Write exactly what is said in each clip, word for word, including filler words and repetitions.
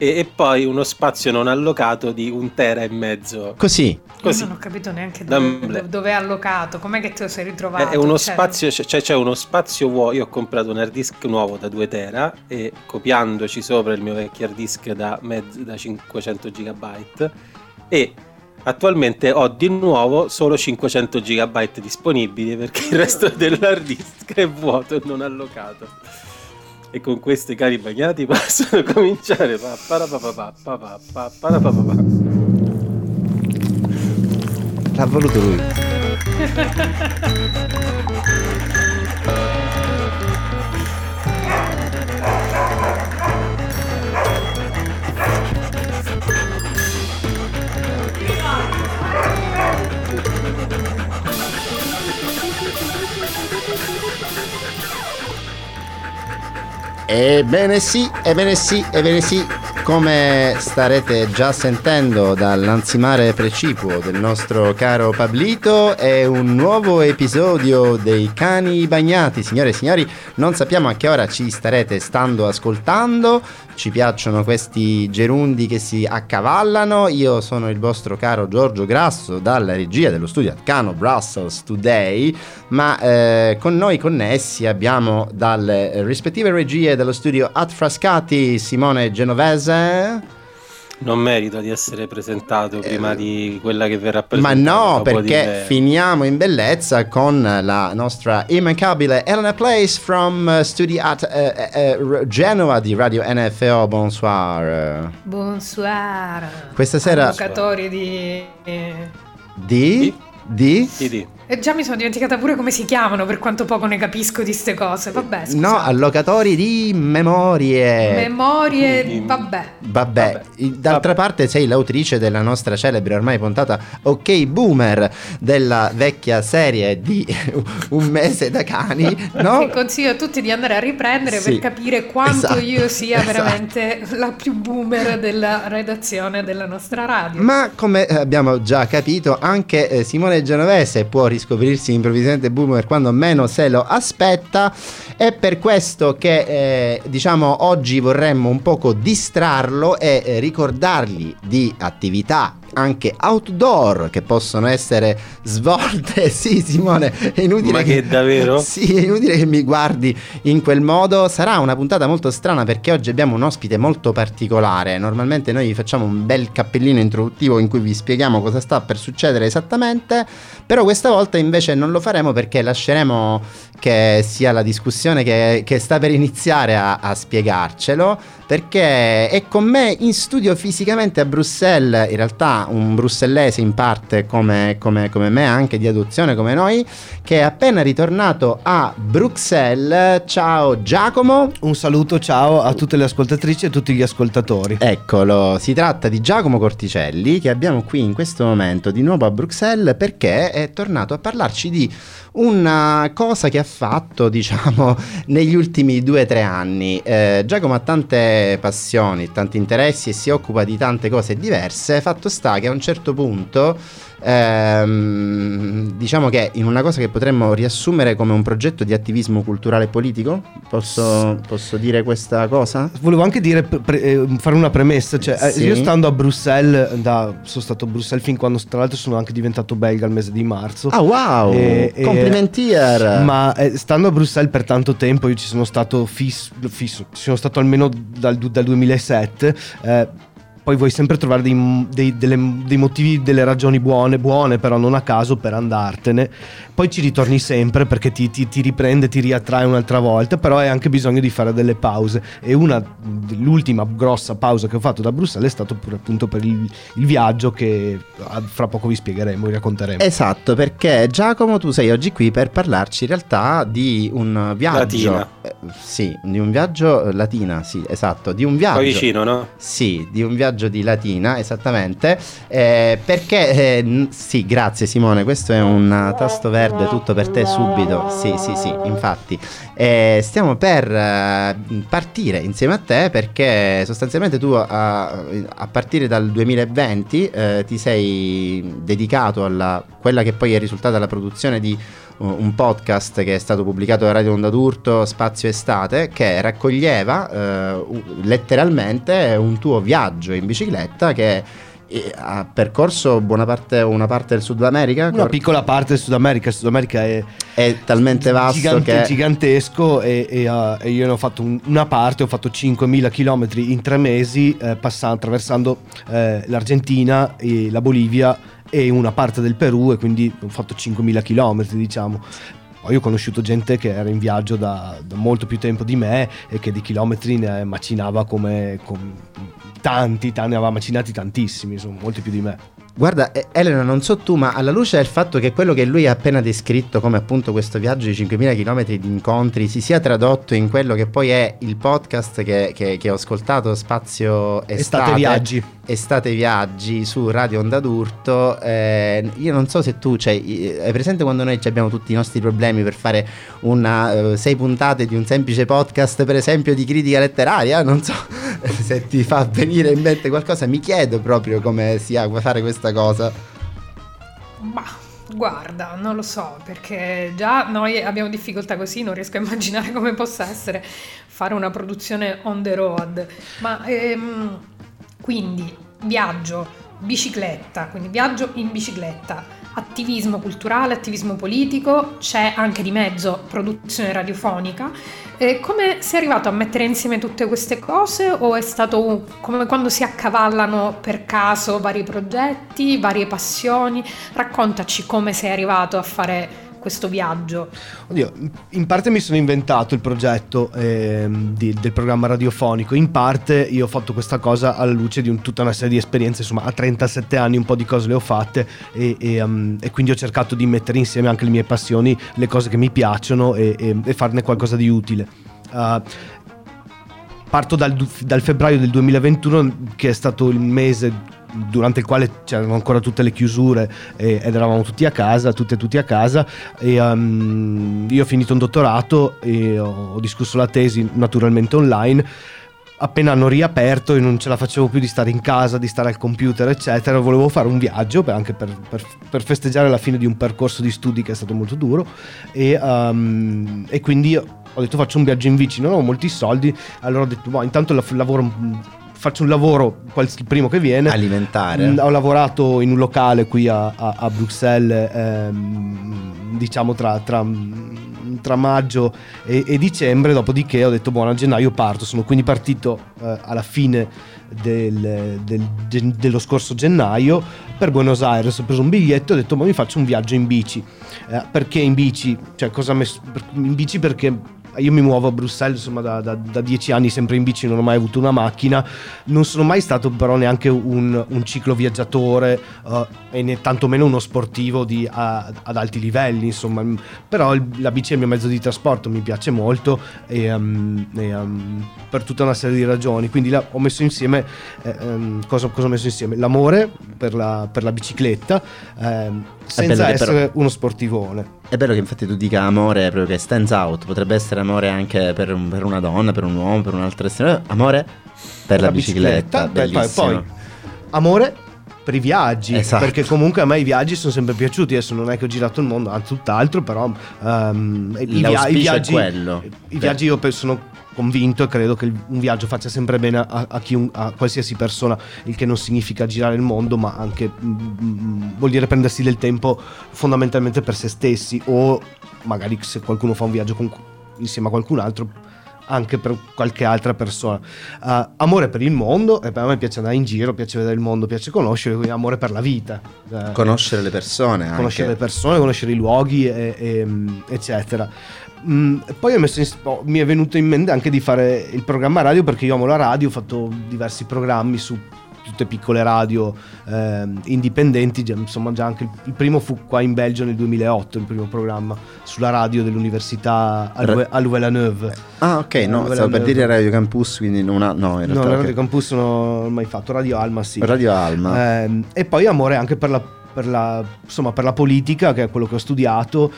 e, e poi uno spazio non allocato di un tera e mezzo. Così. Così. Io non ho capito neanche dove, dove è allocato, com'è che te lo sei ritrovato? È uno cioè... spazio, cioè c'è uno spazio vuoto. Io ho comprato un hard disk nuovo da due tera e copiandoci sopra il mio vecchio hard disk da, mezzo, da cinquecento gigabyte, e attualmente ho di nuovo solo cinquecento gigabyte disponibili perché il resto dell'hard disk è vuoto e non allocato. E con questi cari bagnati possono cominciare. L'ha voluto lui. Ebbene sì, ebbene sì, ebbene sì, come starete già sentendo dall'ansimare precipuo del nostro caro Pablito, è un nuovo episodio dei Cani Bagnati. Signore e signori, non sappiamo a che ora ci starete stando ascoltando, ci piacciono questi gerundi che si accavallano. Io sono il vostro caro Giorgio Grasso dalla regia dello studio Cano Brussels Today, ma eh, con noi connessi abbiamo dalle rispettive regie dello studio At Frascati Simone Genovese. Non merito di essere presentato prima eh, di quella che verrà presentata. Ma no, perché finiamo in bellezza con la nostra immancabile Elena Place from uh, studio at uh, uh, Genova di Radio N F O. Bonsoir. Bonsoir. Questa sera Allocatori di Di? Di? Di? Di. E già mi sono dimenticata pure come si chiamano, per quanto poco ne capisco di ste cose. Vabbè, scusate. No, allocatori di memorie. Memorie, di... vabbè. Vabbè. Vabbè. D'altra Vabbè. parte sei l'autrice della nostra celebre ormai puntata Ok Boomer, della vecchia serie di Un mese da cani, no? Che consiglio a tutti di andare a riprendere sì. per capire quanto esatto. io sia esatto. veramente la più boomer della redazione della nostra radio. Ma come abbiamo già capito, anche eh, Simone Genovese può riscoprirsi improvvisamente boomer quando meno se lo aspetta. È per questo che eh, diciamo oggi vorremmo un poco distrarlo e eh, ricordargli di attività anche outdoor che possono essere svolte. Sì, Simone, è inutile. Ma che, che davvero? Sì, è inutile che mi guardi in quel modo. Sarà una puntata molto strana perché oggi abbiamo un ospite molto particolare. Normalmente noi facciamo un bel cappellino introduttivo in cui vi spieghiamo cosa sta per succedere esattamente, però questa volta invece non lo faremo perché lasceremo che sia la discussione che, che sta per iniziare a, a spiegarcelo, perché è con me in studio fisicamente a Bruxelles, in realtà un brussellese in parte come, come, come me, anche di adozione come noi, che è appena ritornato a Bruxelles. Ciao Giacomo. Un saluto, ciao a tutte le ascoltatrici e a tutti gli ascoltatori. Eccolo, si tratta di Giacomo Corticelli, che abbiamo qui in questo momento di nuovo a Bruxelles perché è tornato a parlarci di una cosa che ha fatto, diciamo, negli ultimi due o tre anni. eh, Giacomo ha tante passioni, tanti interessi e si occupa di tante cose diverse. Fatto sta che a un certo punto ehm, diciamo che in una cosa che potremmo riassumere come un progetto di attivismo culturale e politico, posso, posso dire questa cosa? Volevo anche dire, pre- fare una premessa, cioè sì. io stando a Bruxelles, da, sono stato a Bruxelles fin quando tra l'altro sono anche diventato belga al mese di marzo. Ah wow, e, complimentier. E, ma eh, stando a Bruxelles per tanto tempo, io ci sono stato fisso, fisso ci sono stato almeno dal, dal duemilasette. eh, Poi vuoi sempre trovare dei, dei, delle, dei motivi, delle ragioni buone, buone però non a caso per andartene. Poi ci ritorni sempre perché ti, ti, ti riprende, ti riattrae un'altra volta, però hai anche bisogno di fare delle pause. E una, l'ultima grossa pausa che ho fatto da Bruxelles è stato pure appunto per il, il viaggio che fra poco vi spiegheremo, vi racconteremo. Esatto, perché Giacomo, tu sei oggi qui per parlarci in realtà di un viaggio Latina. Eh, sì, di un viaggio Latina, sì, esatto, di un viaggio. Qua vicino, no? Sì, di un viaggio di Latina, esattamente, eh, perché eh, sì, grazie Simone, questo è un tasto verde tutto per te subito. Sì, sì, sì, infatti eh, stiamo per eh, partire insieme a te perché sostanzialmente tu a, a partire dal duemilaventi eh, ti sei dedicato alla quella che poi è risultata la produzione di un podcast che è stato pubblicato da Radio Onda d'Urto, Spazio Estate, che raccoglieva eh, letteralmente un tuo viaggio in bicicletta che ha percorso buona parte, una parte del Sud America. Una piccola parte del Sud America. Il Sud America è, è talmente vasto gigante, che gigantesco e, e, uh, e io ne ho fatto un, una parte, ho fatto cinquemila chilometri in tre mesi eh, passando, attraversando eh, l'Argentina e la Bolivia e una parte del Perù, e quindi ho fatto cinquemila chilometri, diciamo. Poi ho conosciuto gente che era in viaggio da, da molto più tempo di me e che di chilometri ne macinava come, come tanti, tanti, ne aveva macinati tantissimi, insomma, molti più di me. Guarda, Elena, non so tu, ma alla luce del fatto che quello che lui ha appena descritto come appunto questo viaggio di cinquemila chilometri di incontri si sia tradotto in quello che poi è il podcast che, che, che ho ascoltato, Spazio Estate, Estate Viaggi Estate Viaggi su Radio Onda d'Urto, eh, io non so se tu cioè, hai presente quando noi abbiamo tutti i nostri problemi per fare una uh, sei puntate di un semplice podcast, per esempio di critica letteraria, non so se ti fa venire in mente qualcosa, mi chiedo proprio come sia fare questa cosa. Ma guarda, non lo so, perché già noi abbiamo difficoltà così, non riesco a immaginare come possa essere fare una produzione on the road. Ma ehm, quindi viaggio, bicicletta, quindi viaggio in bicicletta, attivismo culturale, attivismo politico, c'è anche di mezzo produzione radiofonica. E come sei arrivato a mettere insieme tutte queste cose, o è stato un, come quando si accavallano per caso vari progetti, varie passioni? Raccontaci come sei arrivato a fare questo viaggio. Oddio, in parte mi sono inventato il progetto eh, di, del programma radiofonico, in parte io ho fatto questa cosa alla luce di un, tutta una serie di esperienze, insomma a trentasette anni un po' di cose le ho fatte e, e, um, e quindi ho cercato di mettere insieme anche le mie passioni, le cose che mi piacciono e, e, e farne qualcosa di utile. Uh, parto dal, dal febbraio del duemilaventuno, che è stato il mese durante il quale c'erano ancora tutte le chiusure e, ed eravamo tutti a casa, tutte e tutti a casa, e um, io ho finito un dottorato e ho, ho discusso la tesi naturalmente online. Appena hanno riaperto e non ce la facevo più di stare in casa, di stare al computer eccetera, volevo fare un viaggio per, anche per, per, per festeggiare la fine di un percorso di studi che è stato molto duro e, um, e quindi ho detto faccio un viaggio in bici, non avevo molti soldi, allora ho detto boh, intanto lavoro, faccio un lavoro, il primo che viene, alimentare. Ho lavorato in un locale qui a, a, a Bruxelles, ehm, diciamo tra, tra, tra maggio e, e dicembre, dopodiché ho detto buono, a gennaio parto, sono quindi partito eh, alla fine del, del, de, dello scorso gennaio per Buenos Aires, ho preso un biglietto e ho detto ma mi faccio un viaggio in bici, eh, perché in bici? Cioè cosa messo in bici? Perché io mi muovo a Bruxelles insomma da, da, da dieci anni sempre in bici, non ho mai avuto una macchina, non sono mai stato però neanche un, un cicloviaggiatore uh, e né tantomeno uno sportivo di, a, ad alti livelli insomma, però il, la bici è il mio mezzo di trasporto, mi piace molto e, um, e um, per tutta una serie di ragioni, quindi la, ho messo insieme eh, um, cosa, cosa ho messo insieme? L'amore per la, per la bicicletta ehm, senza essere però uno sportivone. È bello che infatti tu dica amore proprio che stands out, potrebbe essere amore anche per, un, per una donna, per un uomo, per un'altra essere amore per, per la, la bicicletta, bicicletta poi, poi amore per i viaggi, esatto. Perché comunque a me i viaggi sono sempre piaciuti, adesso non è che ho girato il mondo, anzi tutt'altro, però um, i, via- i viaggi, è quello. i viaggi io sono convinto e credo che un viaggio faccia sempre bene a, a, chi un, a qualsiasi persona, il che non significa girare il mondo, ma anche mm, vuol dire prendersi del tempo fondamentalmente per se stessi, o magari se qualcuno fa un viaggio con, insieme a qualcun altro anche per qualche altra persona. Uh, amore per il mondo, e per me piace andare in giro, piace vedere il mondo, piace conoscere, quindi amore per la vita, uh, conoscere le persone, conoscere anche. le persone, conoscere i luoghi e, e, eccetera. Mm, poi ho messo in, oh, mi è venuto in mente anche di fare il programma radio, perché io amo la radio, ho fatto diversi programmi su tutte piccole radio eh, indipendenti, insomma già anche il, il primo fu qua in Belgio nel duemilaotto, il primo programma sulla radio dell'università a, Ra- a Louvain-la-Neuve. Ah ok, no, stavo per dire Radio Campus, quindi non ha, no in realtà no, okay. Radio Campus non ho mai fatto, Radio Alma sì. Radio Alma. Eh, e poi amore anche per la Per la, insomma, per la politica, che è quello che ho studiato,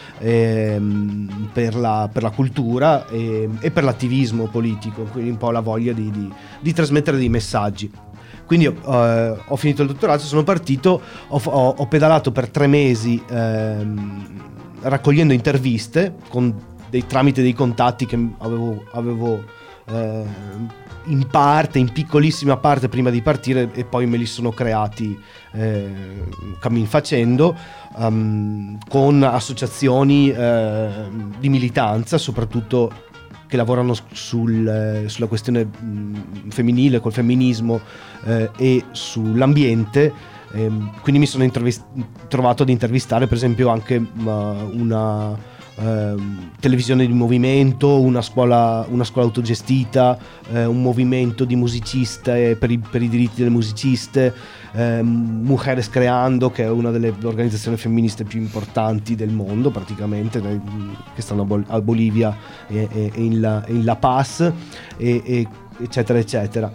ehm, per, la, per la cultura e, e per l'attivismo politico, quindi un po' la voglia di, di, di trasmettere dei messaggi. Quindi eh, ho finito il dottorato, sono partito, ho, ho, ho pedalato per tre mesi ehm, raccogliendo interviste con dei, tramite dei contatti che avevo, avevo eh, in parte, in piccolissima parte prima di partire, e poi me li sono creati eh, cammin facendo, um, con associazioni eh, di militanza, soprattutto che lavorano sul, sulla questione mh, femminile, col femminismo eh, e sull'ambiente. Eh, quindi mi sono intervist- trovato ad intervistare per esempio anche uh, una Uh, televisione di movimento, una scuola, una scuola autogestita, uh, un movimento di musiciste per i, per i diritti delle musiciste, uh, Mujeres Creando, che è una delle organizzazioni femministe più importanti del mondo praticamente, che stanno a, Bol- a Bolivia e, e, e, in La, e in La Paz, e, e, eccetera eccetera.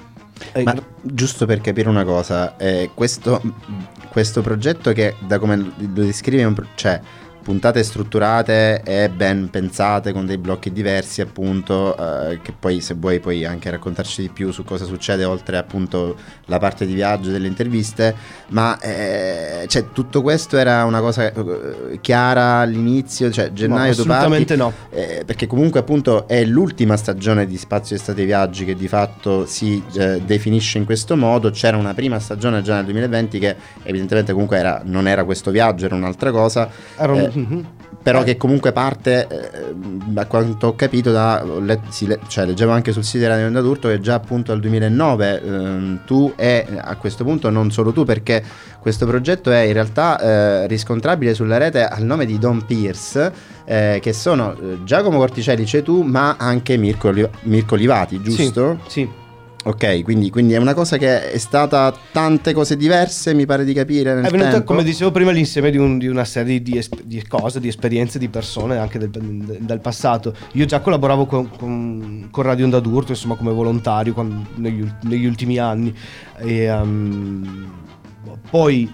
Ma giusto per capire una cosa, eh, questo, questo progetto, che da come lo descrivi, è un pro- cioè puntate strutturate e ben pensate, con dei blocchi diversi, appunto, eh, che poi, se vuoi, puoi anche raccontarci di più su cosa succede, oltre appunto la parte di viaggio delle interviste. Ma eh, cioè, tutto questo era una cosa eh, chiara all'inizio, cioè gennaio, no, assolutamente no, eh, perché comunque appunto è l'ultima stagione di Spazio Estate Viaggi che di fatto si eh, definisce in questo modo. C'era una prima stagione già nel duemilaventi che evidentemente comunque era, non era questo viaggio, era un'altra cosa. Era un... eh, Mm-hmm. Però eh. che comunque parte, eh, a quanto ho capito, da, le, si, le, cioè leggevo anche sul sito di Radio Onda d'Urto che già appunto al duemilanove eh, tu e a questo punto non solo tu, perché questo progetto è in realtà eh, riscontrabile sulla rete al nome di Don Pierce, eh, che sono eh, Giacomo Corticelli, c'è tu, ma anche Mirko, Mirko Livati, giusto? Sì, sì. Ok, quindi, quindi è una cosa che è stata tante cose diverse, mi pare di capire, nel è venuta, tempo. Come dicevo prima, l'insieme di, un, di una serie di, esp- di cose, di esperienze, di persone anche del, del, del passato. Io già collaboravo con, con, con Radio Onda d'Urto, insomma, come volontario quando, negli, negli ultimi anni, e um, poi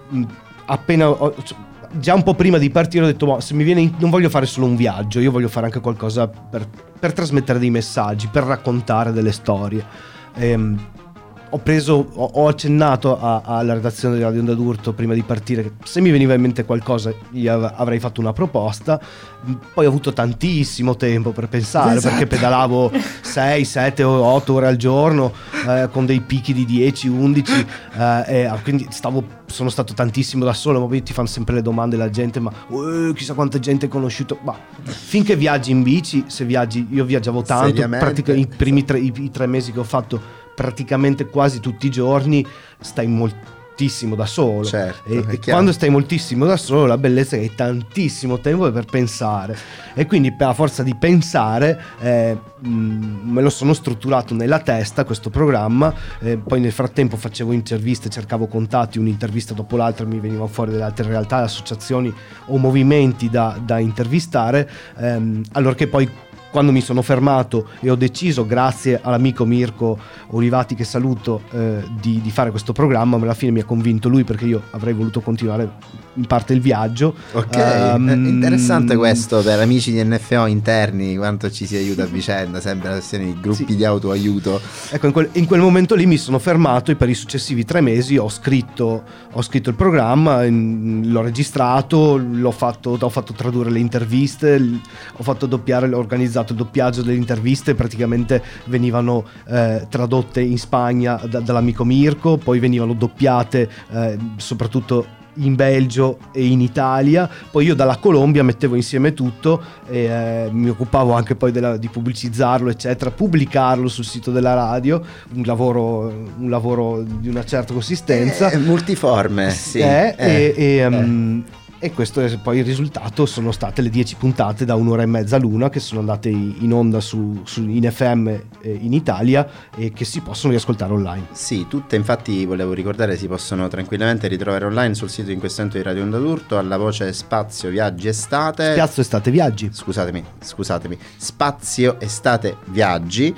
appena ho, già un po' prima di partire ho detto, boh, se mi viene in, non voglio fare solo un viaggio, io voglio fare anche qualcosa per, per trasmettere dei messaggi, per raccontare delle storie. Ehm, ho preso ho, ho accennato a, alla redazione di Radio Onda d'Urto prima di partire che se mi veniva in mente qualcosa io av- avrei fatto una proposta. Poi ho avuto tantissimo tempo per pensare, esatto, perché pedalavo sei, sette o otto ore al giorno, eh, con dei picchi di dieci, undici, eh, e quindi stavo, sono stato tantissimo da solo. Ma poi ti fanno sempre le domande la gente, ma uh, chissà quanta gente hai conosciuto. Ma finché viaggi in bici, se viaggi, io viaggiavo tanto, pratica, i primi tre, i, i tre mesi che ho fatto praticamente quasi tutti i giorni, stai moltissimo da solo. Certo, e, e quando stai moltissimo da solo, la bellezza è che hai tantissimo tempo per pensare, e quindi per la forza di pensare eh, mh, me lo sono strutturato nella testa questo programma. Eh, poi nel frattempo facevo interviste, cercavo contatti, un'intervista dopo l'altra, mi venivano fuori delle altre realtà, associazioni o movimenti da, da intervistare, ehm, allorché poi, quando mi sono fermato e ho deciso, grazie all'amico Mirko Olivati, che saluto, eh, di, di fare questo programma, ma alla fine mi ha convinto lui, perché io avrei voluto continuare in parte il viaggio. Ok, um, interessante questo per amici di N F O interni, quanto ci si aiuta a vicenda, sempre la questione di gruppi sì. di autoaiuto. Ecco, in quel, in quel momento lì mi sono fermato, e per i successivi tre mesi ho scritto, ho scritto il programma, in, l'ho registrato, l'ho fatto, ho fatto tradurre le interviste, ho fatto doppiare, l'ho organizzato il doppiaggio delle interviste, praticamente venivano eh, tradotte in Spagna da, dall'amico Mirko, poi venivano doppiate eh, soprattutto in Belgio e in Italia. Poi io dalla Colombia mettevo insieme tutto e eh, mi occupavo anche poi della, di pubblicizzarlo, eccetera, pubblicarlo sul sito della radio, un lavoro, un lavoro di una certa consistenza, eh, multiforme, sì. eh, eh, e, e, eh. um, E questo è poi il risultato. Sono state le dieci puntate da un'ora e mezza l'una, che sono andate in onda su, su in F M eh, in Italia, e che si possono riascoltare online. Sì, tutte, infatti volevo ricordare, si possono tranquillamente ritrovare online sul sito in questo momento di Radio Onda d'Urto, alla voce Spazio Viaggi Estate. Spazio Estate Viaggi. Scusatemi, scusatemi. Spazio Estate Viaggi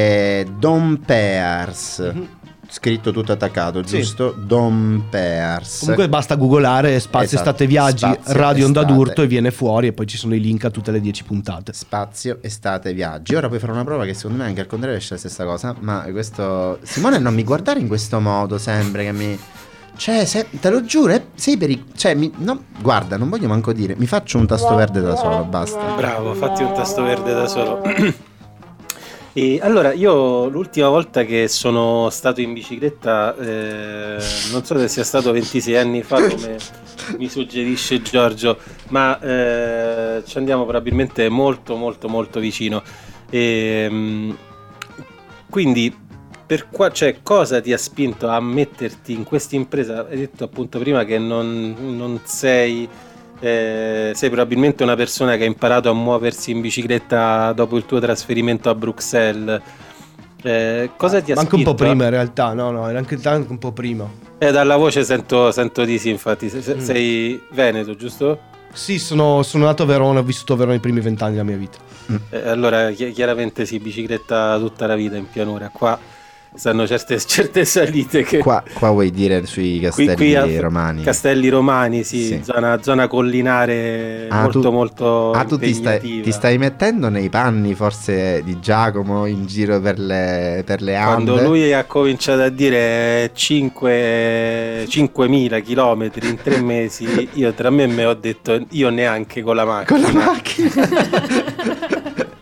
e Don Pears. Mm-hmm. Scritto tutto attaccato, giusto? Sì. Don Pears. Comunque basta googolare Spazio esatto. Estate Viaggi, Spazio Radio Onda d'Urto, e viene fuori, e poi ci sono i link a tutte le dieci puntate. Spazio Estate Viaggi. Ora puoi fare una prova che secondo me anche al contrario esce la stessa cosa. Ma questo, Simone, non mi guardare in questo modo, sembra che mi... Cioè, se, te lo giuro, è sei per i... Cioè, mi, no, guarda, non voglio manco dire, mi faccio un tasto verde da solo, basta. Bravo, fatti un tasto verde da solo. E allora, io l'ultima volta che sono stato in bicicletta, eh, non so se sia stato ventisei anni fa, come mi suggerisce Giorgio, ma eh, ci andiamo probabilmente molto molto molto vicino. E, quindi, per qua, cioè, cosa ti ha spinto a metterti in questa impresa? Hai detto appunto prima che non, non sei... Eh, sei probabilmente una persona che ha imparato a muoversi in bicicletta dopo il tuo trasferimento a Bruxelles. Eh, cosa ti ha anche spinto? un po' prima in realtà, no no, era anche, anche un po' prima. Eh, dalla voce sento, sento di sì, infatti. Se, Mm. Sei veneto, giusto? Sì, sono, sono nato a Verona, ho vissuto a Verona i primi vent'anni della mia vita. Eh, allora chi- chiaramente sì, bicicletta tutta la vita in pianura. Qua stanno certe, certe salite che... Qua, qua vuoi dire sui castelli Qui- qui a- romani? Castelli Romani, sì, Sì. Zona, zona collinare Ah, molto tu- molto Ah, tu ti stai, impegnativa. ti stai mettendo nei panni forse di Giacomo in giro per le, per le Ande? Quando lui ha cominciato a dire cinque cinquemila chilometri in tre mesi, io tra me e me ho detto io neanche con la macchina. Con la macchina.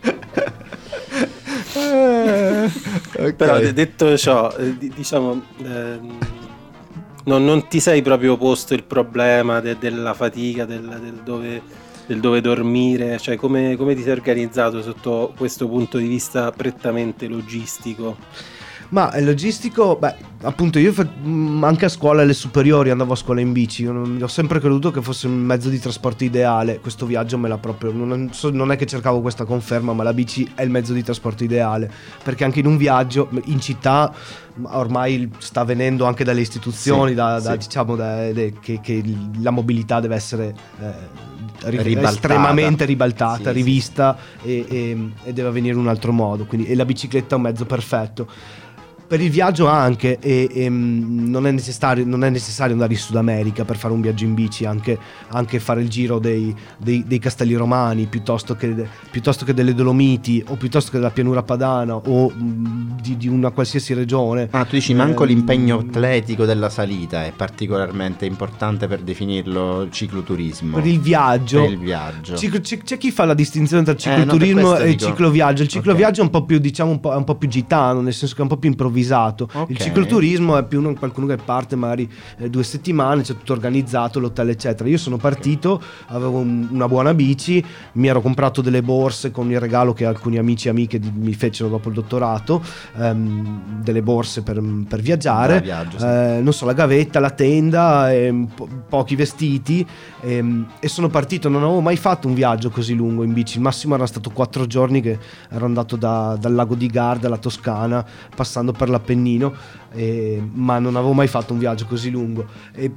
Eh, ok. Però de- detto ciò, eh, di- diciamo, ehm, non, non ti sei proprio posto il problema de- della fatica, del, del dove, del dove dormire, cioè come, come ti sei organizzato sotto questo punto di vista prettamente logistico? Ma il logistico, beh, appunto io fa- mh, anche a scuola, alle superiori, andavo a scuola in bici. Io non- ho sempre creduto che fosse un mezzo di trasporto ideale. Questo viaggio me l'ha proprio, non, so- non è che cercavo questa conferma, ma la bici è il mezzo di trasporto ideale, perché anche in un viaggio in città ormai sta avvenendo anche dalle istituzioni, Sì, da, da, sì. diciamo da- de- che, che la mobilità deve essere eh, ri- Ribaltata. estremamente ribaltata, Sì, sì. rivista e, e- e deve avvenire in un altro modo. Quindi, e la bicicletta è un mezzo perfetto. Per il viaggio anche, e, e, mh, non, è necessario, non è necessario andare in Sud America per fare un viaggio in bici, anche, anche fare il giro dei, dei, dei Castelli Romani piuttosto che, piuttosto che delle Dolomiti o piuttosto che della pianura padana o mh, di, di una qualsiasi regione. Ah, tu dici manco Eh, l'impegno atletico della salita è particolarmente importante per definirlo cicloturismo. Per il viaggio, Per il viaggio. Ciclo- c'è, c'è chi fa la distinzione tra Eh, no, per cicloturismo questo e dico. cicloviaggio. Il cicloviaggio Ok. è un po' più, diciamo, un po', è un po' più gitano, nel senso che è un po' più improvvisato. Ok. Il cicloturismo è più uno- qualcuno che parte magari eh, due settimane, c'è tutto organizzato, l'hotel eccetera. Io sono partito, avevo un- una buona bici, mi ero comprato delle borse con il regalo che alcuni amici e amiche di- mi fecero dopo il dottorato, ehm, delle borse per, per viaggiare. Da viaggio, sì. Eh, non so, la gavetta, la tenda, ehm, po- pochi vestiti, ehm, e sono partito. Non avevo mai fatto un viaggio così lungo in bici. Il massimo era stato quattro giorni, che ero andato da- dal lago di Garda alla Toscana, passando per l'Appennino, eh, ma non avevo mai fatto un viaggio così lungo. E,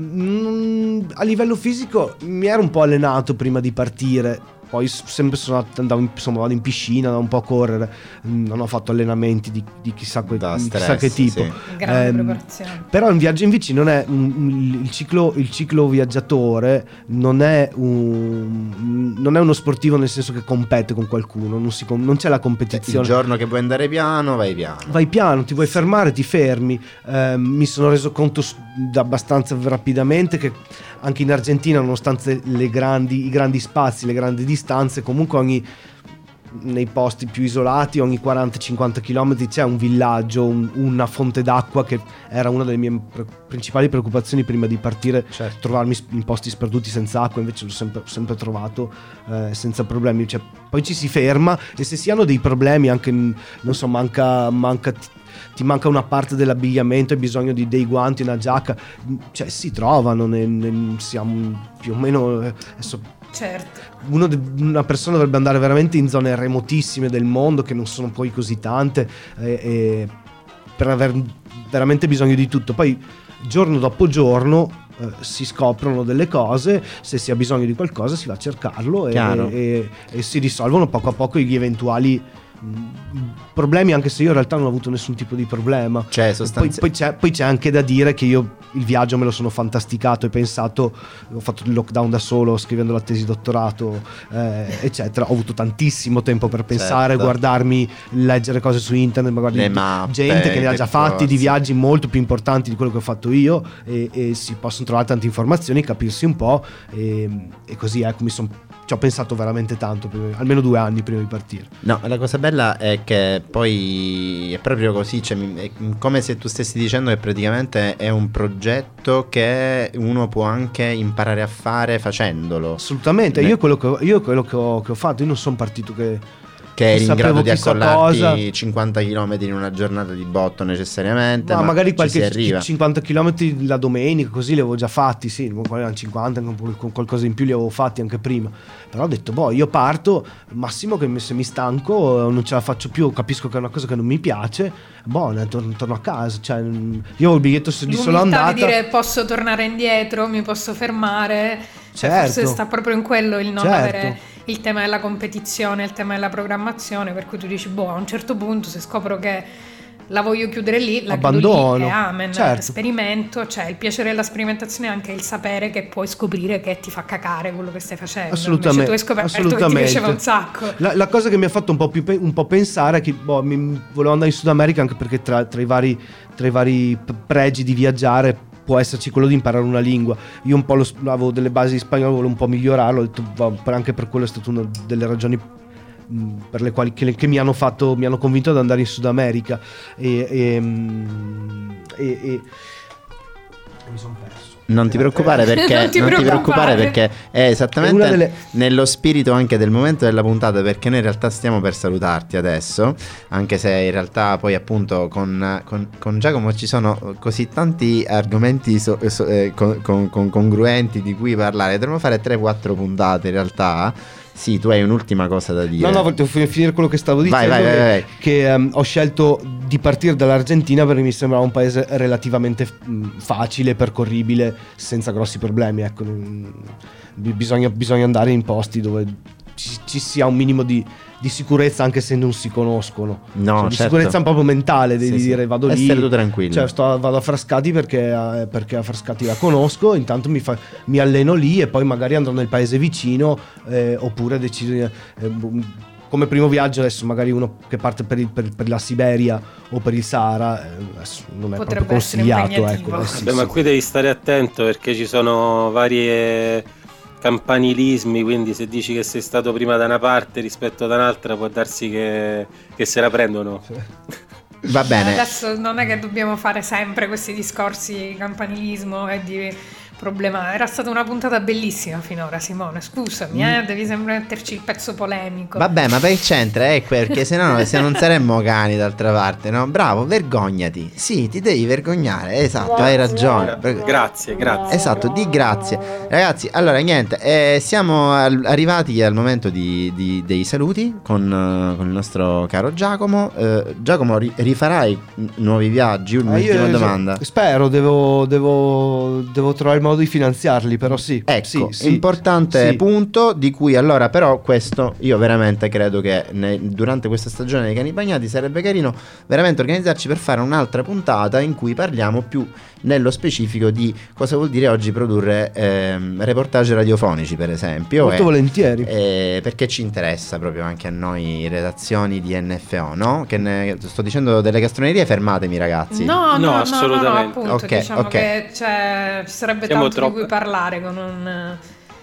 mm, a livello fisico mi ero un po' allenato prima di partire. Poi s- sempre sono andato, andavo in, insomma, vado in piscina, andavo un po' a correre. Mm, non ho fatto allenamenti di, di chissà, que- Da di stress, chissà che tipo. sì. Grande Ehm, preparazione. Però un viaggio in bici non è un- un- il ciclo, il ciclo viaggiatore non è, un, non è uno sportivo nel senso che compete con qualcuno, non, si com- non c'è la Il competizione. giorno che vuoi andare piano, vai piano. Vai piano, ti vuoi fermare, ti fermi. Ehm, mi sono reso conto s- da abbastanza rapidamente che anche in Argentina, nonostante le grandi, i grandi spazi, le grandi distanze, comunque ogni, nei posti più isolati, ogni quaranta cinquanta chilometri c'è un villaggio, un- una fonte d'acqua, che era una delle mie pre- principali preoccupazioni prima di partire. Certo. Trovarmi s- in posti sperduti senza acqua, invece l'ho sempre, sempre trovato eh, senza problemi. Cioè, poi ci si ferma, e se si hanno dei problemi, anche in- non so, manca, manca ti, ti manca una parte dell'abbigliamento, hai bisogno di dei guanti, una giacca, cioè si trovano, ne- ne- siamo più o meno eh, adesso Certo. uno de- una persona dovrebbe andare veramente in zone remotissime del mondo, che non sono poi così tante, e, e per aver veramente bisogno di tutto. Poi giorno dopo giorno eh, si scoprono delle cose, se si ha bisogno di qualcosa si va a cercarlo, e, Chiaro. e- e si risolvono poco a poco gli eventuali problemi, anche se io in realtà non ho avuto nessun tipo di problema. Cioè, poi, poi, c'è, poi c'è anche da dire che io il viaggio me lo sono fantasticato e pensato, ho fatto il lockdown da solo scrivendo la tesi dottorato, eh, eccetera. Ho avuto tantissimo tempo per pensare, certo. guardarmi, leggere cose su internet, magari le mappe, gente che ne ha già fatti corsi. di viaggi molto più importanti di quello che ho fatto io, e, e si possono trovare tante informazioni, capirsi un po', e, e così ecco, mi sono ci ho pensato veramente tanto, prima, almeno due anni prima di partire. No, la cosa bella è che poi è proprio così, cioè, è come se tu stessi dicendo che praticamente è un progetto che uno può anche imparare a fare facendolo. Assolutamente. Beh. Io quello che ho, io quello che ho, che ho fatto, io non sono partito che che eri in grado di accollarti cosa. cinquanta chilometri in una giornata di botto necessariamente, ma, ma magari qualche arriva. cinquanta chilometri la domenica, così li avevo già fatti, sì, erano cinquanta, con qualcosa in più li avevo fatti anche prima. Però ho detto, boh, io parto, massimo che se mi stanco non ce la faccio più, capisco che è una cosa che non mi piace, boh, torno, torno a casa. Cioè, io ho il biglietto di solo andata. Di dire posso tornare indietro, mi posso fermare. Cioè, certo. Forse sta proprio in quello il non certo. avere il tema della competizione, il tema della programmazione, per cui tu dici, boh, a un certo punto se scopro che la voglio chiudere lì, la abbandono, chiudo lì e amen, certo. Sperimento, cioè il piacere della sperimentazione è anche il sapere che puoi scoprire che ti fa cacare quello che stai facendo. Assolutamente. Invece tu hai scoperto assolutamente. che ti piaceva un sacco. La, la cosa che mi ha fatto un po' più un po' pensare è che boh, mi, volevo andare in Sud America, anche perché tra, tra i vari tra i vari pregi di viaggiare può esserci quello di imparare una lingua. Io un po' lo, avevo delle basi di spagnolo, volevo un po' migliorarlo, ho detto, anche per quello è stata una delle ragioni per le quali che, che mi hanno fatto mi hanno convinto ad andare in Sud America, e, e, e, e mi sono perso. Non ti preoccupare perché non ti non preoccupare. ti preoccupare perché è esattamente è una delle... nello spirito anche del momento della puntata, perché noi in realtà stiamo per salutarti adesso, anche se in realtà poi appunto con, con, con Giacomo ci sono così tanti argomenti so, so, eh, con, con, con congruenti di cui parlare. Dovremmo fare tre quattro puntate in realtà. Sì, tu hai un'ultima cosa da dire. No, no, volevo finire quello che stavo dicendo. Vai, vai, vai, vai. Che um, ho scelto di partire dall'Argentina perché mi sembrava un paese relativamente mh, facile, percorribile, senza grossi problemi. Ecco, mh, bisogna, bisogna andare in posti dove ci, ci sia un minimo di, di sicurezza, anche se non si conoscono. No, cioè, di certo. Sicurezza proprio mentale, devi sì, dire sì. vado lì. Essere tu tranquillo. Cioè, sto, vado a Frascati perché, eh, perché a Frascati la conosco, intanto mi, fa, mi alleno lì e poi magari andrò nel paese vicino, eh, oppure decido eh, come primo viaggio adesso magari uno che parte per, il, per, per la Siberia o per il Sahara, eh, non è potrebbe proprio consigliato, ecco. Eh, sì, Beh, sì. ma qui devi stare attento perché ci sono varie campanilismi, quindi se dici che sei stato prima da una parte rispetto da un'altra può darsi che, che se la prendono. Va bene. Adesso non è che dobbiamo fare sempre questi discorsi di campanilismo e di problema. Era stata una puntata bellissima finora, Simone, scusami, eh, devi sempre metterci il pezzo polemico. Vabbè, ma per c'entra, eh, perché se no se non saremmo cani d'altra parte, no? Bravo, vergognati. Sì, ti devi vergognare, esatto, hai ragione. Grazie, grazie. Esatto, di grazie. Ragazzi, allora niente, eh, siamo al- arrivati al momento di, di- dei saluti con, eh, con il nostro caro Giacomo. Eh, Giacomo, ri- rifarai nuovi viaggi? Ah, Un'ultima io- domanda. Spero, devo, devo, devo trovare il modo di finanziarli, però sì. Ecco, sì, sì, importante sì. punto di cui allora però questo io veramente credo che ne- durante questa stagione dei cani bagnati sarebbe carino veramente organizzarci per fare un'altra puntata in cui parliamo più nello specifico di cosa vuol dire oggi produrre ehm, reportage radiofonici, per esempio. Molto e- volentieri. eh, perché ci interessa proprio anche a noi redazioni di N F O, no? Che ne- sto dicendo delle castronerie, fermatemi ragazzi. No, no, No, no, assolutamente. no, no, appunto, Ok, diciamo ok. che c'è, ci sarebbe Siamo tanto troppo- di cui parlare con un...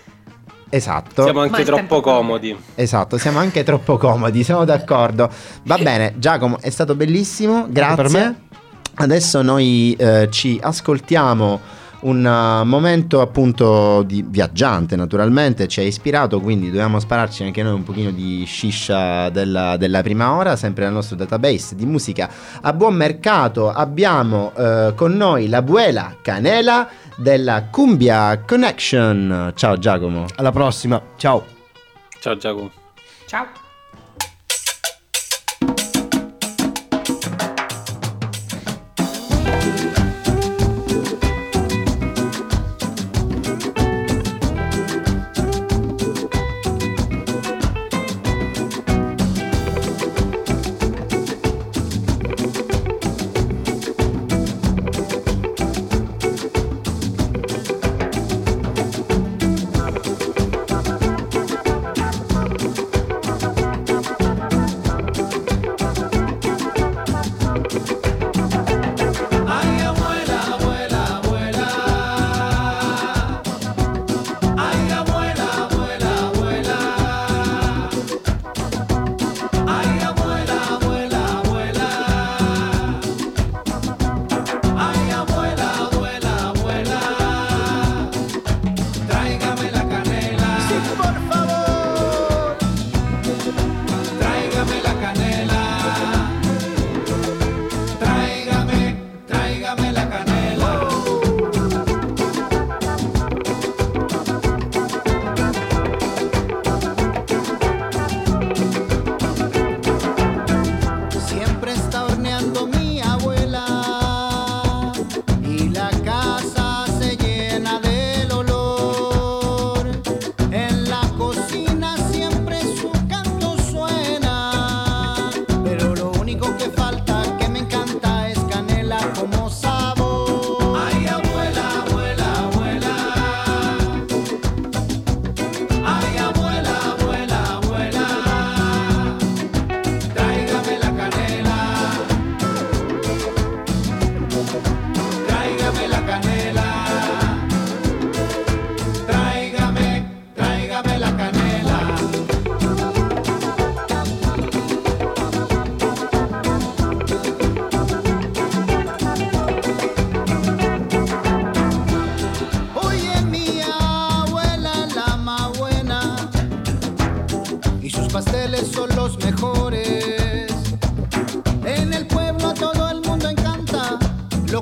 Esatto. Siamo Ma anche il tempo troppo cambia. comodi. Esatto, siamo anche troppo comodi, siamo d'accordo. Va bene, Giacomo, è stato bellissimo, grazie. per me. Adesso noi eh, ci ascoltiamo un uh, momento appunto di viaggiante, naturalmente ci ha ispirato, quindi dobbiamo spararci anche noi un pochino di shisha della, della prima ora, sempre nel nostro database di musica a buon mercato. Abbiamo eh, con noi la Buela Canela della Cumbia Connection. Ciao Giacomo. Alla prossima, ciao. Ciao Giacomo. Ciao.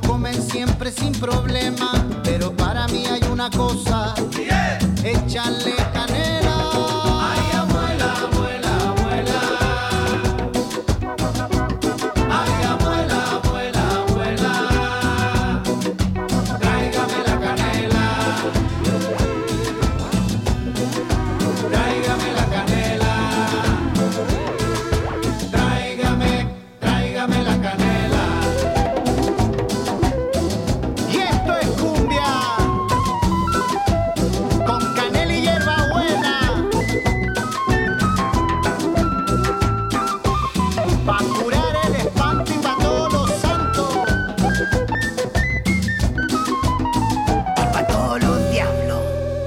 comen siempre sin problema, pero para mí hay una cosa, yeah. Echarle canela. Ay, abuela, abuela, abuela. Ay, abuela, abuela, abuela. Tráigame la canela. Tráigame la canela. Tráigame, tráigame la canela. Y esto es cumbia con canela y hierbabuena, pa' curar el espanto y pa' todos los santos y pa' todos los diablos.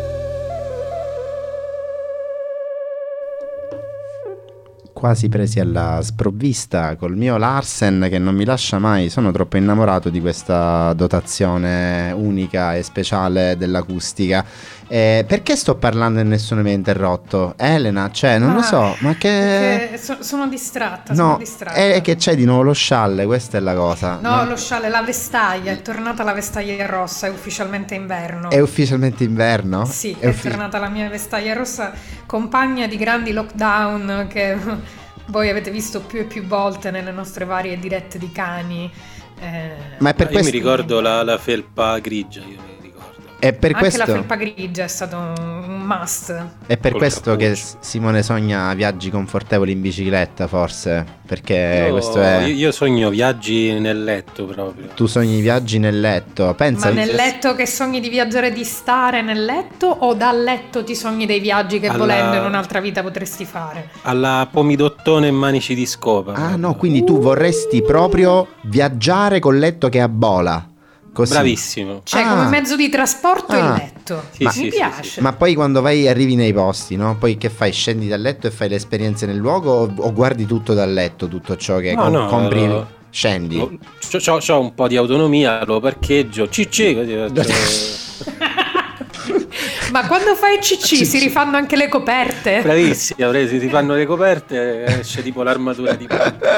Quasi presi alla sprovvista col mio Larsen che non mi lascia mai, sono troppo innamorato di questa dotazione unica e speciale dell'acustica. Eh, perché sto parlando e nessuno mi ha interrotto? Elena, cioè, non Ah, lo so, ma che... perché so- sono distratta, sono No, distratta. è che c'è di nuovo lo scialle, questa è la cosa. No, No? lo scialle, la vestaglia, è tornata la vestaglia rossa, è ufficialmente inverno. È ufficialmente inverno? Sì, È è, uffi- tornata la mia vestaglia rossa, compagna di grandi lockdown che voi avete visto più e più volte nelle nostre varie dirette di cani. eh, Ma è per Io questo... mi ricordo la, la felpa grigia, io mi ricordo. È per Anche questo... la felpa grigia è stato un must. È per Col questo che cappuccio. S- Simone sogna viaggi confortevoli in bicicletta, forse, perché Io- questo è... io, io sogno viaggi nel letto proprio. Tu sogni viaggi nel letto, pensa... Ma nel letto che sogni di viaggiare, di stare nel letto, o dal letto ti sogni dei viaggi che Alla- volendo in un'altra vita potresti fare? Alla pomidottone e manici di scopa. Ah proprio. no, quindi tu vorresti proprio viaggiare col letto che a bola. Così. Bravissimo. Cioè, Ah. come mezzo di trasporto Ah. il letto. Sì, Mi sì, sì, piace. sì, sì. Ma poi quando vai arrivi nei posti, no? Poi che fai? Scendi dal letto e fai le esperienze nel luogo o, o guardi tutto dal letto, tutto ciò che No, com- no, compri, no. scendi. Ho un po' di autonomia, lo parcheggio, cicci, così faccio- Ma quando fai C C C C. si rifanno anche le coperte? Bravissima, presi, si fanno le coperte, esce tipo l'armatura di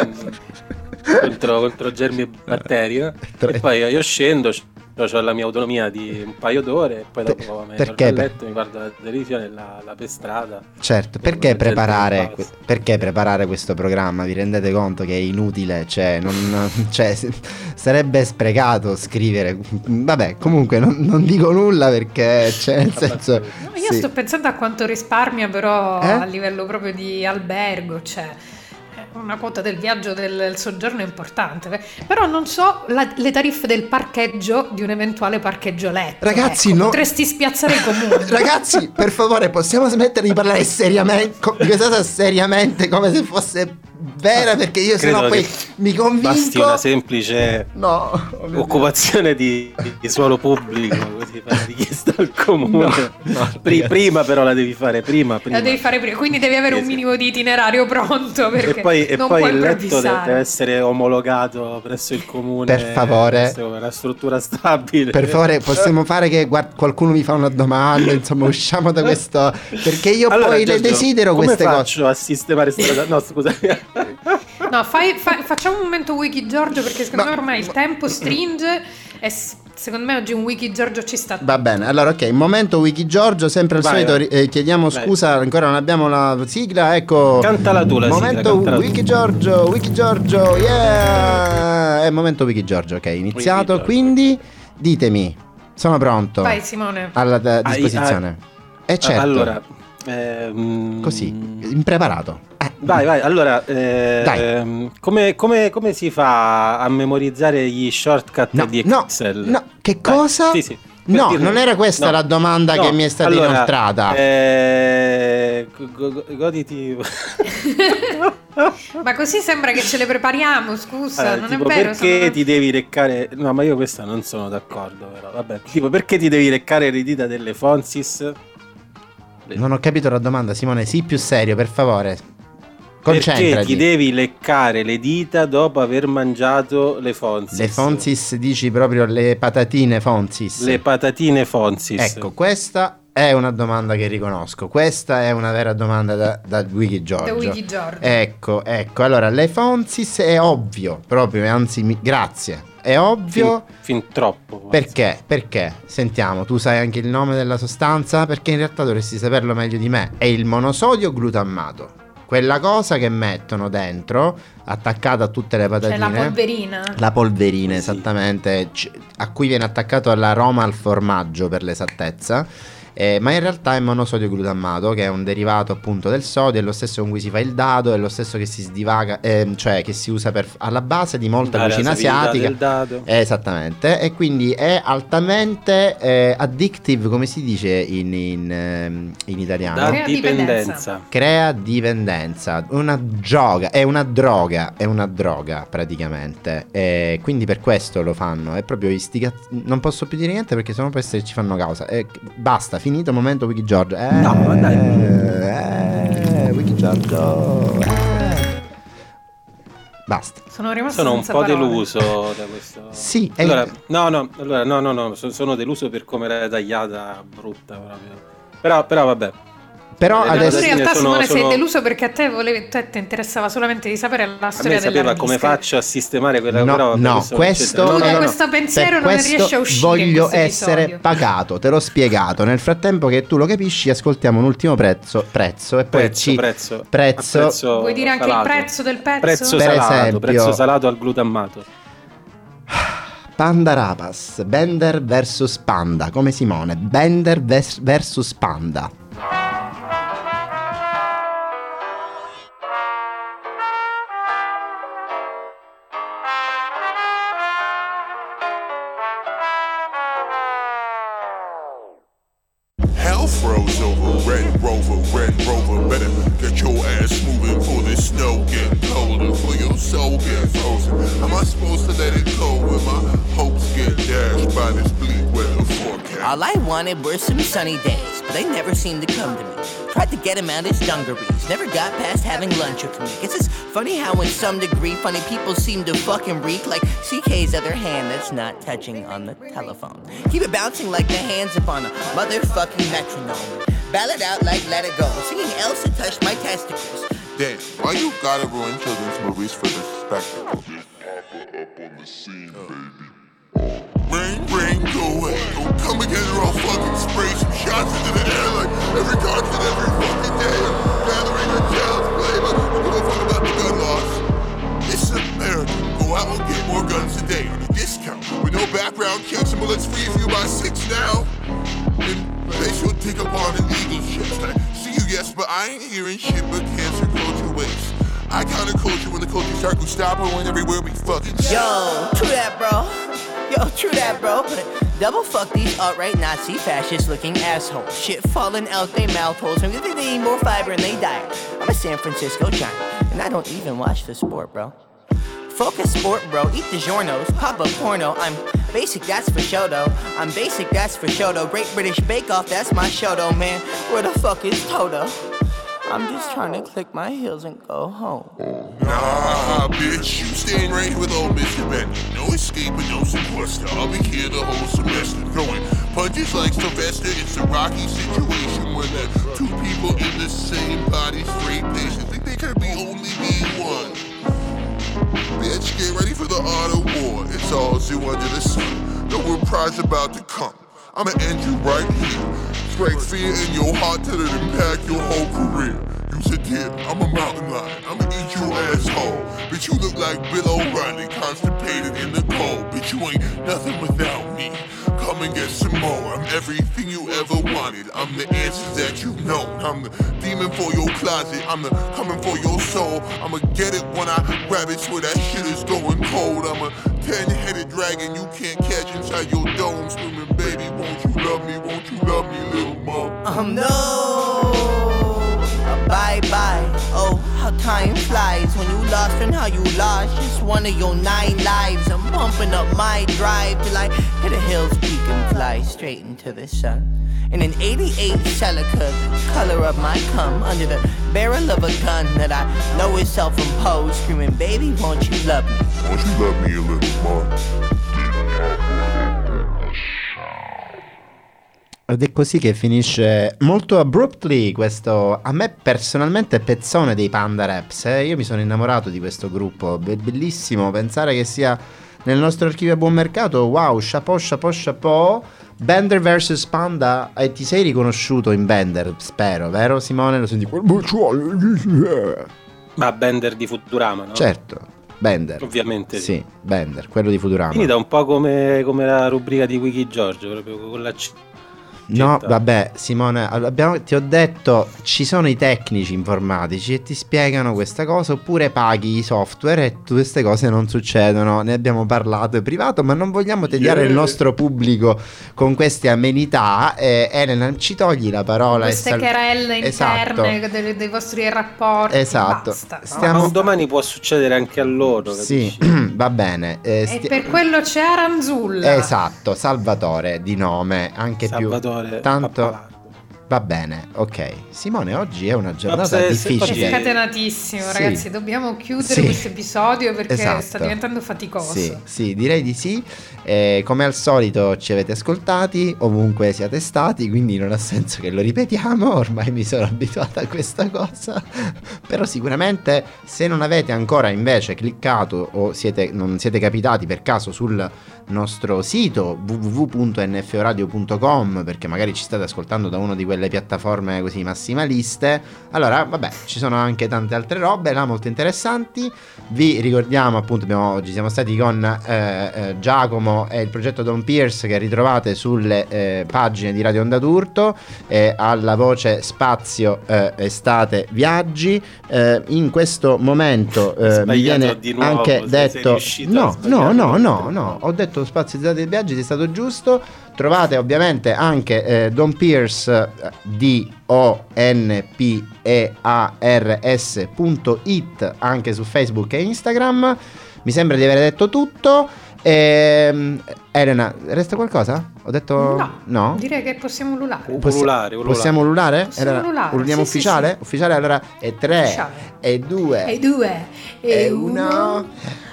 contro, contro germi e batteri, no? E poi io scendo, ho la mia autonomia di un paio d'ore e poi dopo mi torno perché? a letto, mi guardo la televisione, la, la pestrada. Certo, perché La gente preparare, in que- pausa. perché preparare questo programma? Vi rendete conto che è inutile? Cioè, non, cioè s- sarebbe sprecato scrivere. Vabbè, comunque non, non dico nulla perché, cioè, nel senso... No, io sì. sto pensando a quanto risparmia però Eh? a livello proprio di albergo, cioè una quota del viaggio del, del soggiorno è importante, però non so la- le tariffe del parcheggio di un eventuale parcheggio letto. Ragazzi, Ecco, no. potresti spiazzare i comuni. Ragazzi, per favore, possiamo smettere di parlare seriamente co- di questa cosa seriamente come se fosse vera, perché io Credo sennò poi che mi convinco. Basti una semplice No, oh mio occupazione di, di suolo pubblico, così fai richiesta al comune. No, no, Pri- ragazzi. prima però la devi fare prima, prima. La devi fare prima, quindi devi avere Sì, un sì. minimo di itinerario pronto perché E poi, e non poi puoi il letto de- improvvisare. deve essere omologato presso il comune. Per favore. deve essere una struttura stabile. Per favore, possiamo fare che guard- qualcuno mi fa una domanda, insomma, usciamo da questo, perché io Allora, poi le Giorgio, desidero come queste cose. faccio a sistemare strada? No, scusa. No, fai, fai- facciamo un momento Wiki Giorgio perché secondo No. me ormai il tempo stringe e s- secondo me oggi un Wiki Giorgio ci sta. Va bene, allora ok, momento Wiki Giorgio, sempre al Vai, solito vai. eh, chiediamo Vai. scusa, ancora non abbiamo la sigla, ecco. Cantala tu la sigla, momento cantala tu. Wiki Giorgio, Wiki Giorgio, yeah! È momento Wiki Giorgio, ok, iniziato, Giorgio. quindi ditemi, sono pronto Vai Simone. alla d- Ai- disposizione. E certo, Allora, ehm, così, impreparato. Eh, Vai, vai, allora, eh, Dai. ehm, come, come- come si fa a memorizzare gli shortcut No, di no, Excel? no, che Dai, cosa? Sì, sì. Per No, dirne- non era questa no, la domanda no, che mi è stata allora, inoltrata. Eh, go- go- goditi. Ma così sembra che ce le prepariamo, scusa, Eh, non tipo, è vero? perché sono- ti devi leccare. No, ma io questa non sono d'accordo, però. Vabbè, tipo, perché ti devi leccare le dita delle Fonsis? Non ho capito la domanda, Simone, sii più serio, per favore. Perché Concentrati. ti devi leccare le dita dopo aver mangiato le Fonsis? Le Fonsis, dici proprio le patatine Fonsis. Le patatine Fonsis. Ecco, questa è una domanda che riconosco. Questa è una vera domanda da, da Wiki Giorgio. Da Wiki Giorgio. Ecco, ecco. Allora, le Fonsis è ovvio, proprio, anzi, mi- grazie. È ovvio. Fin, fin troppo. Forse. Perché? Perché? Sentiamo, tu sai anche il nome della sostanza? Perché in realtà dovresti saperlo meglio di me. È il monosodio glutammato. Quella cosa che mettono dentro, attaccata a tutte le patatine. Cioè la polverina. La polverina, Sì. esattamente, c- a cui viene attaccato l'aroma al formaggio per l'esattezza. Eh, ma in realtà è monosodio glutammato, che è un derivato appunto del sodio, è lo stesso con cui si fa il dado, è lo stesso che si sdivaga, eh, cioè che si usa per, alla base di molta Dare la cucina sapienza asiatica. del dado. Eh, esattamente, e quindi è altamente eh, addictive, come si dice in, in, ehm, in italiano. Da Crea dipendenza. Crea dipendenza, una gioca, è una droga, è una droga praticamente, e quindi per questo lo fanno, è proprio istiga- non posso più dire niente perché sennò poi se ci fanno causa, e basta, finito, momento Wiki Giorgio. Eh, No, ma dai. eh, Wiki Giorgio. Eh. Basta. Sono rimasto Sono un senza po' parole. deluso da questo. Sì, è- allora, no, no, allora, no, no, no, so- sono deluso per come l'hai tagliata, brutta proprio. Però, però vabbè. Però Le Ma tu adesso in patatine realtà sono- Simone sei sono- deluso perché a te, volevi, te ti interessava solamente di sapere la A storia me sapeva della come disca. faccio a sistemare quella No, però vabbè, no, questo, questo, no, no, Tu no, no. questo pensiero per non questo riesce a uscire in voglio questo essere episodio. pagato, te l'ho spiegato. Nel frattempo che tu lo capisci, ascoltiamo un ultimo prezzo, prezzo e poi prezzo, ci prezzo, prezzo- a prezzo Vuoi dire anche salato. il prezzo del pezzo? Prezzo Per salato, esempio- prezzo salato al glutammato. Panda Rapas, Bender versus Panda, come Simone, Bender vers- versus Panda. Hell froze over, Red Rover, Red Rover. Better get your ass moving for this snow getting colder, for your soul getting frozen. Am I supposed to let it go when my hopes get dashed by this bleak weather forecast? All I wanted were some sunny days, but they never seemed to come to me. Tried to get him out his dungarees, never got past having lunch with me. Guess it's funny how in some degree funny people seem to fucking reek like C K's other hand that's not touching on the telephone. Keep it bouncing like the hands upon a motherfucking metronome. Ballad out like Let It Go, singing Elsa touched my testicles. Damn, why you gotta ruin children's movies for the spectacle? Ring, ring, go away. Don't come together all fucking spray some shots into the air like every concert every fucking day. I'm gathering a child's play, but I don't give a fuck about the gun laws. This is America. Go out and get more guns today on a discount. With no background checks and bullets free for you by six now. And place your dick up on an eagle's chest. I see you, yes, but I ain't hearing shit but cancer culture waste. I counter culture when the culture start Gestapo and everywhere we fucking Yo, true that, bro. Yo, true that, bro. But double fuck these alt-right Nazi fascist looking assholes. Shit falling out they mouth holes. Maybe they need more fiber and they die. I'm a San Francisco giant, and I don't even watch the sport, bro. Focus sport, bro. Eat the giornos. Pop a porno. I'm basic, that's for show, though. I'm basic, that's for show, though. Great British Bake Off, that's my show, though, man. Where the fuck is Toto? I'm just trying to click my heels and go home. Nah, bitch, you staying right here with old Mister Bender. No escape and no sequester. I'll be here the whole semester. Throwing punches like Sylvester. It's a rocky situation when the two people in the same body, straight patients, think they could be only be one. Bitch, get ready for the art of war. It's all zoo under the sun. No reprise about to come. I'ma end you right here. Strike fear in your heart till it impact your whole career. Use a deer, I'm a mountain lion, I'ma eat your asshole. Bitch, you look like Bill O'Reilly, constipated in the cold. Bitch, you ain't nothing without me. Come and get some more. I'm everything you ever wanted. I'm the answers that you've known. I'm the demon for your closet. I'm the coming for your soul. I'ma get it when I grab it, swear that shit is going cold. I'm a ten-headed dragon you can't catch inside your dome. Screaming, baby, won't you love me? Won't you love me, little mom? Um, no. Bye bye. Oh, how time flies when you lost and how you lost just one of your nine lives. I'm pumping up my drive till I hit a hill's peak and fly straight into the sun. In an eighty-eight Celica, the color of my cum, under the barrel of a gun that I know is self-imposed, screaming, baby, won't you love me? Won't you love me a little more? Ed è così che finisce molto abruptly questo, a me personalmente, pezzone dei Panda Raps. Eh? Io mi sono innamorato di questo gruppo, Be- bellissimo pensare che sia nel nostro archivio a buon mercato. Wow, chapeau, chapeau, chapeau. Bender versus Panda, e ti sei riconosciuto in Bender, spero, vero Simone? Lo senti? Ma Bender di Futurama, no? Certo, Bender. Ovviamente sì. Sì, Bender, quello di Futurama. Quindi da un po' come, come la rubrica di Wiki Giorgio, proprio con la C. No, vabbè, Simone, abbiamo, ti ho detto, ci sono i tecnici informatici e ti spiegano questa cosa, oppure paghi i software e queste cose non succedono. Ne abbiamo parlato in privato, ma non vogliamo tediare yeah. il nostro pubblico con queste amenità. eh, Elena, ci togli la parola. Queste sal- querelle esatto. interne dei, dei vostri rapporti. Esatto. Basta. Stiamo... Ma un domani può succedere anche a loro, sì, va bene. eh, sti- E per quello c'è Aranzulla. Esatto, Salvatore di nome, anche Salvatore più tanto Pappalato. Va bene, ok. Simone, oggi è una giornata se, difficile. È scatenatissimo, sì. ragazzi. Dobbiamo chiudere sì. questo episodio perché esatto. sta diventando faticoso. Sì, sì, direi di sì. Eh, come al solito ci avete ascoltati, ovunque siate stati, quindi non ha senso che lo ripetiamo. Ormai mi sono abituata a questa cosa. Però sicuramente se non avete ancora invece cliccato o siete, non siete capitati per caso sul nostro sito w w w punto n f o radio punto com, perché magari ci state ascoltando da una di quelle piattaforme così massimaliste, allora vabbè, ci sono anche tante altre robe là molto interessanti. Vi ricordiamo appunto, abbiamo, oggi siamo stati con eh, eh, Giacomo e il progetto Don Pierce, che ritrovate sulle eh, pagine di Radio Onda d'Urto, eh, alla voce Spazio eh, Estate Viaggi. Eh, in questo momento eh, mi viene di nuovo, anche detto no no no no no ho detto Spazio Estate Viaggi, è stato giusto. Trovate ovviamente anche eh, Don Pierce, D O N P E A R S punto it, anche su Facebook e Instagram. Mi sembra di aver detto tutto. Ehm, Elena, resta qualcosa? Ho detto no, no? Direi che possiamo ululare. Possi- ululare, ululare. Possiamo ululare? Possiamo allora, ululare. Ululiamo Sì, ufficiale? sì, sì. Ufficiale, allora è tre, Ufficiale. e due, e due, e e uno. uno.